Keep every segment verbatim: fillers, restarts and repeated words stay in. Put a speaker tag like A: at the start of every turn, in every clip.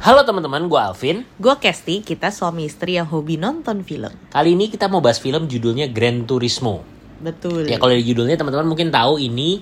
A: Halo teman-teman, gue Alvin.
B: Gue Kesti, kita suami istri yang hobi nonton film.
A: Kali ini kita mau bahas film judulnya Gran Turismo.
B: Betul.
A: Ya kalau di judulnya teman-teman mungkin tahu ini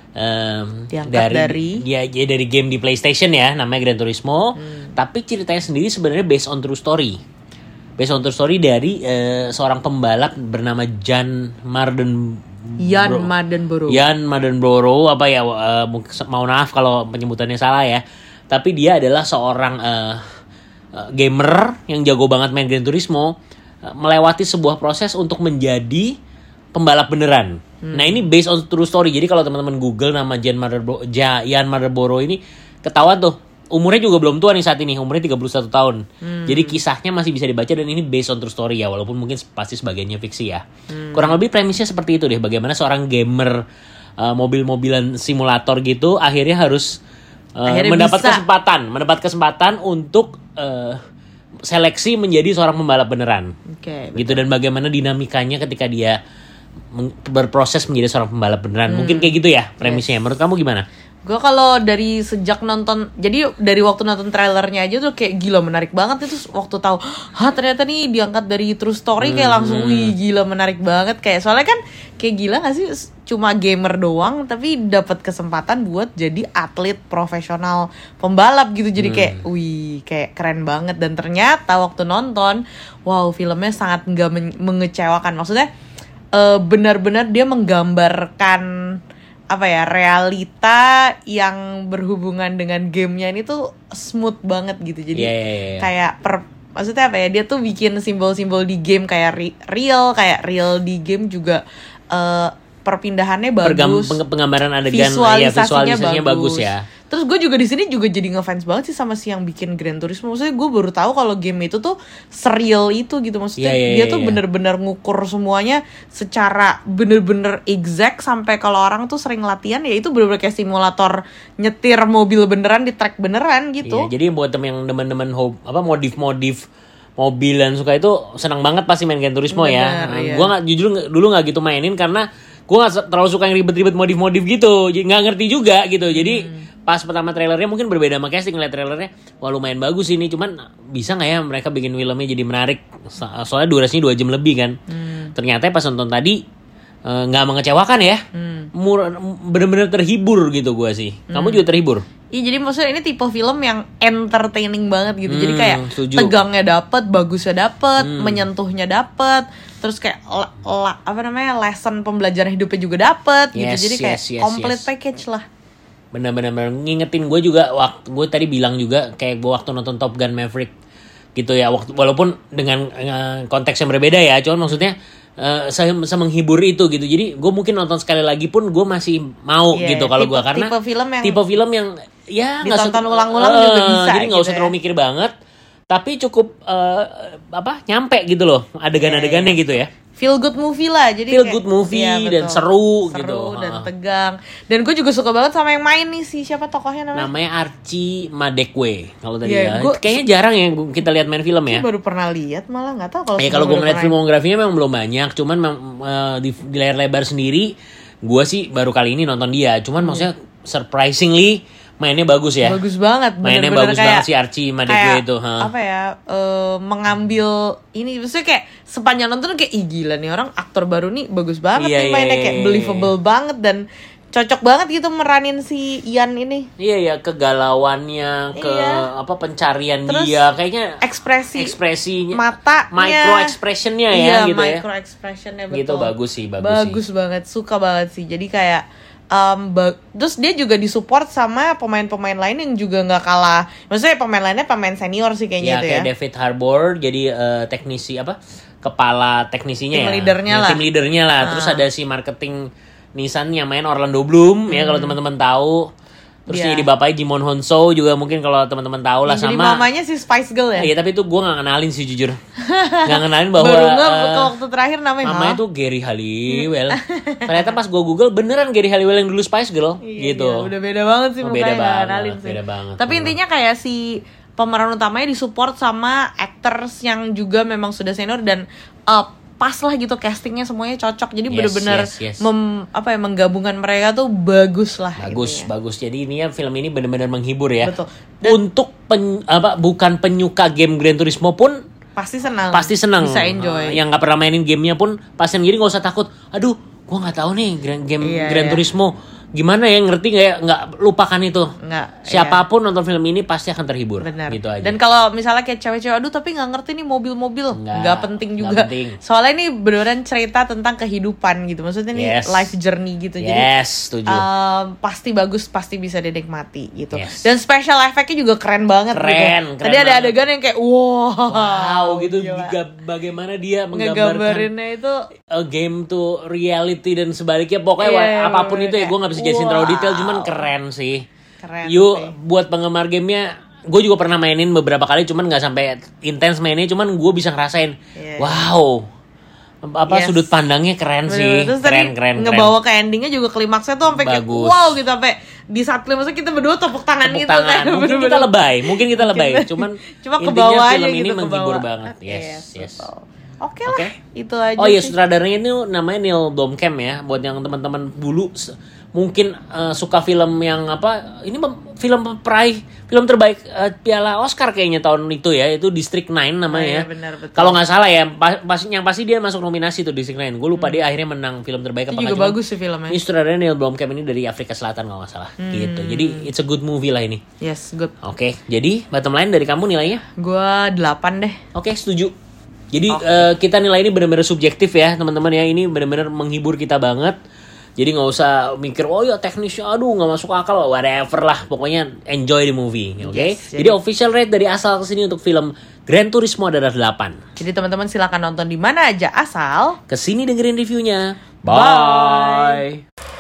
A: um, dari, dari ya, ya dari game di PlayStation ya, namanya Gran Turismo. Hmm. Tapi ceritanya sendiri sebenarnya based on true story. Based on true story dari uh, seorang pembalap bernama Jan Marden.
B: Jan Mardenborough.
A: Jan Mardenborough apa ya? Uh, mau maaf kalau penyebutannya salah ya. Tapi dia adalah seorang uh, uh, gamer yang jago banget main Gran Turismo, uh, melewati sebuah proses untuk menjadi pembalap beneran. Hmm. Nah ini based on true story. Jadi kalau teman-teman Google nama Jan Mardenborough, Jan Mardenborough ini ketahuan tuh. Umurnya juga belum tua nih saat ini, umurnya tiga puluh satu tahun. Hmm. Jadi kisahnya masih bisa dibaca dan ini based on true story ya, walaupun mungkin pasti sebagiannya fiksi ya. Hmm. Kurang lebih premisnya seperti itu deh, bagaimana seorang gamer uh, mobil-mobilan simulator gitu akhirnya harus Uh, mendapat bisa. kesempatan, mendapat kesempatan untuk uh, seleksi menjadi seorang pembalap beneran, okay, gitu. Dan bagaimana dinamikanya ketika dia meng- berproses menjadi seorang pembalap beneran, hmm. mungkin kayak gitu ya premisnya. Yes. Menurut kamu gimana?
B: Gue kalau dari sejak nonton, jadi dari waktu nonton trailernya aja tuh kayak gila menarik banget. Itu waktu tahu, ha ternyata nih diangkat dari true story, kayak langsung wih gila menarik banget. Kayak soalnya kan kayak gila nggak sih, cuma gamer doang tapi dapat kesempatan buat jadi atlet profesional pembalap gitu. Jadi kayak wih kayak keren banget. Dan ternyata waktu nonton, wow filmnya sangat nggak men- mengecewakan. Maksudnya uh, benar-benar dia menggambarkan apa ya, realita yang berhubungan dengan gamenya ini tuh smooth banget gitu. Jadi
A: yeah, yeah, yeah.
B: kayak per, maksudnya apa ya, dia tuh bikin simbol-simbol di game kayak re, real kayak real di game juga. uh, Perpindahannya bagus,
A: Pergam, penggambaran adegan,
B: visualisasinya,
A: ya, visualisasinya bagus.
B: bagus
A: ya.
B: Terus gue juga di sini juga jadi ngefans banget sih sama si yang bikin Gran Turismo. Maksudnya gue baru tahu kalau game itu tuh serial itu gitu. Maksudnya
A: yeah, yeah,
B: dia
A: yeah,
B: tuh
A: yeah.
B: bener-bener ngukur semuanya secara bener-bener exact, sampai kalau orang tuh sering latihan ya itu bener-bener kayak simulator nyetir mobil beneran di track beneran gitu.
A: Yeah, jadi buat temen yang demen-demen hob, apa modif-modif mobil dan suka itu senang banget pasti main Gran Turismo. Bener, ya. Nah, iya. Gue nggak jujur dulu nggak gitu mainin karena gue gak terlalu suka yang ribet-ribet modif-modif gitu, jadi gak ngerti juga gitu. Jadi hmm. pas pertama trailernya mungkin berbeda sama casting, ngeliat trailernya wah lumayan bagus ini, cuman bisa gak ya mereka bikin filmnya jadi menarik, soalnya durasinya dua jam lebih kan. hmm. Ternyata pas nonton tadi uh, gak mengecewakan ya. hmm. Mur- bener-bener terhibur gitu gue sih. Kamu hmm. juga terhibur? Iya,
B: jadi maksudnya ini tipe film yang entertaining banget gitu. Hmm, jadi kayak
A: setuju.
B: Tegangnya dapet, bagusnya dapet, hmm. menyentuhnya dapet, terus kayak la, la, apa namanya lesson pembelajaran hidupnya juga dapet
A: yes,
B: gitu. Jadi kayak
A: yes, yes,
B: complete
A: yes.
B: package lah.
A: Benar-benar ngingetin gue juga waktu gue tadi bilang juga kayak gue waktu nonton Top Gun Maverick gitu ya. Waktu, walaupun dengan uh, konteks yang berbeda ya, cuman maksudnya Uh, saya, saya menghibur itu gitu. Jadi gue mungkin nonton sekali lagi pun gue masih mau yeah, gitu kalau gue, karena
B: tipe film yang
A: tipe film yang ya nggak
B: ditonton ulang-ulang uh, juga bisa.
A: Jadi nggak
B: gitu
A: usah
B: ya.
A: terlalu mikir banget, tapi cukup uh, apa nyampe gitu loh adegan-adegannya yeah, yeah. gitu ya.
B: Feel good movie lah, jadi
A: feel
B: kayak,
A: good movie
B: ya,
A: dan seru,
B: seru
A: gitu
B: dan
A: uh.
B: tegang. Dan gue juga suka banget sama yang main nih, si siapa tokohnya namanya?
A: Namanya Archie Madekwe kalau tadi
B: yeah,
A: ya.
B: Gua,
A: kayaknya jarang ya kita lihat main film ya.
B: Baru pernah lihat malah, nggak tahu kalau.
A: Ya kalau gue ngeliat filmografinya memang belum banyak, cuman uh, di, di layar lebar sendiri gue sih baru kali ini nonton dia. Cuman hmm. maksudnya surprisingly mainnya bagus ya.
B: Bagus banget.
A: Mainnya
B: bener-bener
A: bagus
B: kayak,
A: banget si Archie Madekwe itu.
B: Huh? Apa ya? Uh, mengambil ini, maksudnya kayak sepanjang nonton kayak ih gila nih orang aktor baru nih bagus banget
A: iya,
B: nih mainnya,
A: iya,
B: kayak
A: iya,
B: believable
A: iya.
B: banget dan cocok banget gitu meranin si Ian ini.
A: Iya ya, kegalauannya, ke
B: iya.
A: apa pencarian
B: terus
A: dia, kayaknya
B: ekspresi
A: ekspresinya,
B: matanya,
A: micro expressionnya ya
B: iya,
A: gitu ya.
B: Micro expressionnya betul.
A: Gitu bagus sih, bagus,
B: bagus
A: sih.
B: banget, suka banget sih. Jadi kayak Um, ba- terus dia juga disupport sama pemain-pemain lain yang juga nggak kalah. Maksudnya pemain lainnya pemain senior sih kayaknya
A: ya,
B: itu
A: kayak
B: ya.
A: David Harbour jadi uh, teknisi apa kepala teknisinya
B: tim
A: ya.
B: leadernya
A: ya,
B: lah.
A: Tim leadernya lah. Terus
B: uh.
A: ada si marketing Nissan yang main Orlando Bloom hmm. ya kalau teman-teman tahu. Terus yeah. jadi bapaknya Jimon Honso juga mungkin kalau teman-teman tahu lah,
B: ya,
A: sama.
B: Jadi mamanya si Spice Girl ya.
A: Iya tapi itu gue nggak kenalin sih jujur. Nggak kenalin bahwa.
B: Baru nggak
A: uh,
B: waktu terakhir namanya.
A: Namanya tuh Gary Halliwell. Ternyata pas gue Google beneran Gary Halliwell yang dulu Spice Girl
B: iya,
A: gitu.
B: Iya, udah beda banget sih
A: oh,
B: mukanya.
A: Beda banget.
B: Kenalin sih.
A: Beda banget.
B: Tapi bener. Intinya kayak si pemeran utamanya disupport sama actors yang juga memang sudah senior dan uh, pas lah gitu, castingnya semuanya cocok. Jadi
A: Yes,
B: bener-bener
A: yes, yes.
B: mem- apa ya menggabungkan mereka tuh bagus lah.
A: Bagus,
B: gitu ya.
A: bagus. Jadi ini ya film ini benar-benar menghibur ya.
B: Betul. Dan-
A: Untuk pen, apa bukan penyuka game Gran Turismo pun
B: Pasti senang.
A: pasti senang.
B: Bisa enjoy.
A: Uh, yang nggak pernah mainin gamenya pun pas yang gini nggak usah takut. Aduh, gua nggak tahu nih Gran- game
B: Iya,
A: Gran
B: iya.
A: Turismo gimana ya, ngerti nggak ya? Nggak, lupakan itu.
B: Nggak,
A: Siapapun nonton film ini pasti akan terhibur.
B: Benar.
A: Gitu aja.
B: Dan kalau misalnya kayak cewek-cewek, aduh tapi nggak ngerti nih mobil-mobil,
A: Nggak,
B: nggak penting
A: nggak
B: juga.
A: penting.
B: Soalnya ini beneran cerita tentang kehidupan gitu. Maksudnya nih
A: Yes.
B: life journey gitu. Jadi
A: Yes, setuju.
B: um, pasti bagus, pasti bisa dinikmati gitu.
A: Yes.
B: Dan special effect-nya juga keren banget.
A: Keren,
B: gitu.
A: keren
B: Tadi ada
A: banget.
B: adegan yang kayak wow,
A: Wow, gitu
B: gila.
A: juga bagaimana dia menggambarkan
B: Ngegambarinnya itu
A: a game to reality dan sebaliknya. Pokoknya
B: Iya,
A: wah, apapun
B: bener-bener
A: itu ya, gue nggak bisa jelasin
B: kayak,
A: terlalu detail,
B: wow.
A: cuman keren sih.
B: Keren
A: Yuk,
B: sih.
A: buat penggemar gamenya, gue juga pernah mainin beberapa kali, cuman nggak sampai intens mainnya, cuman gue bisa ngerasain,
B: Iya.
A: wow, apa
B: Yes.
A: sudut pandangnya keren sih,
B: Bener-bener. Terus tadi
A: keren keren keren.
B: ngebawa ke endingnya juga klimaksnya tuh sampai kayak
A: Bagus.
B: wow gitu, sampai di saat klimaksnya kita berdua tepuk tangan
A: Tepuk
B: gitu
A: tangan.
B: kayak
A: Mungkin
B: bener-bener.
A: kita lebay, mungkin kita lebay,
B: Mungkin-
A: cuman
B: cuma ke
A: intinya
B: bawah aja
A: film ini
B: gitu, ke
A: menghibur
B: bawah.
A: banget. Yes, yes.
B: betul. Oke lah,
A: Oke.
B: itu aja.
A: Oh iya,
B: sih.
A: sutradaranya itu namanya Neil Blomkamp ya. Buat yang teman-teman dulu se- mungkin eh, suka film yang apa? Ini mem- film peraih film terbaik eh, Piala Oscar kayaknya tahun itu ya. Itu District nine
B: Oh, iya,
A: namanya.
B: benar, betul.
A: Kalau nggak salah ya, pas, pas- yang pasti dia masuk nominasi tuh District nine. Gue lupa dia akhirnya menang film terbaik
B: Itu
A: apa
B: juga
A: nggak, cuman
B: bagus sih filmnya.
A: Ini sutradaranya Neil Blomkamp ini dari Afrika Selatan kalau nggak salah. Gitu. Jadi it's a good movie lah ini.
B: Yes, good.
A: Oke, jadi bottom line dari kamu nilainya?
B: Gua delapan deh.
A: Oke, setuju. Jadi
B: Oke.
A: eh, kita nilai ini benar-benar subjektif ya teman-teman ya. Ini benar-benar menghibur kita banget. Jadi nggak usah mikir oh ya teknisnya aduh nggak masuk akal, whatever lah. Pokoknya enjoy the movie, oke?
B: Yes,
A: jadi
B: jadi-
A: official rate dari asal ke sini untuk film Gran Turismo adalah delapan.
B: Jadi teman-teman silakan nonton di mana aja asal
A: Kesini dengerin reviewnya.
B: Bye.
A: Bye.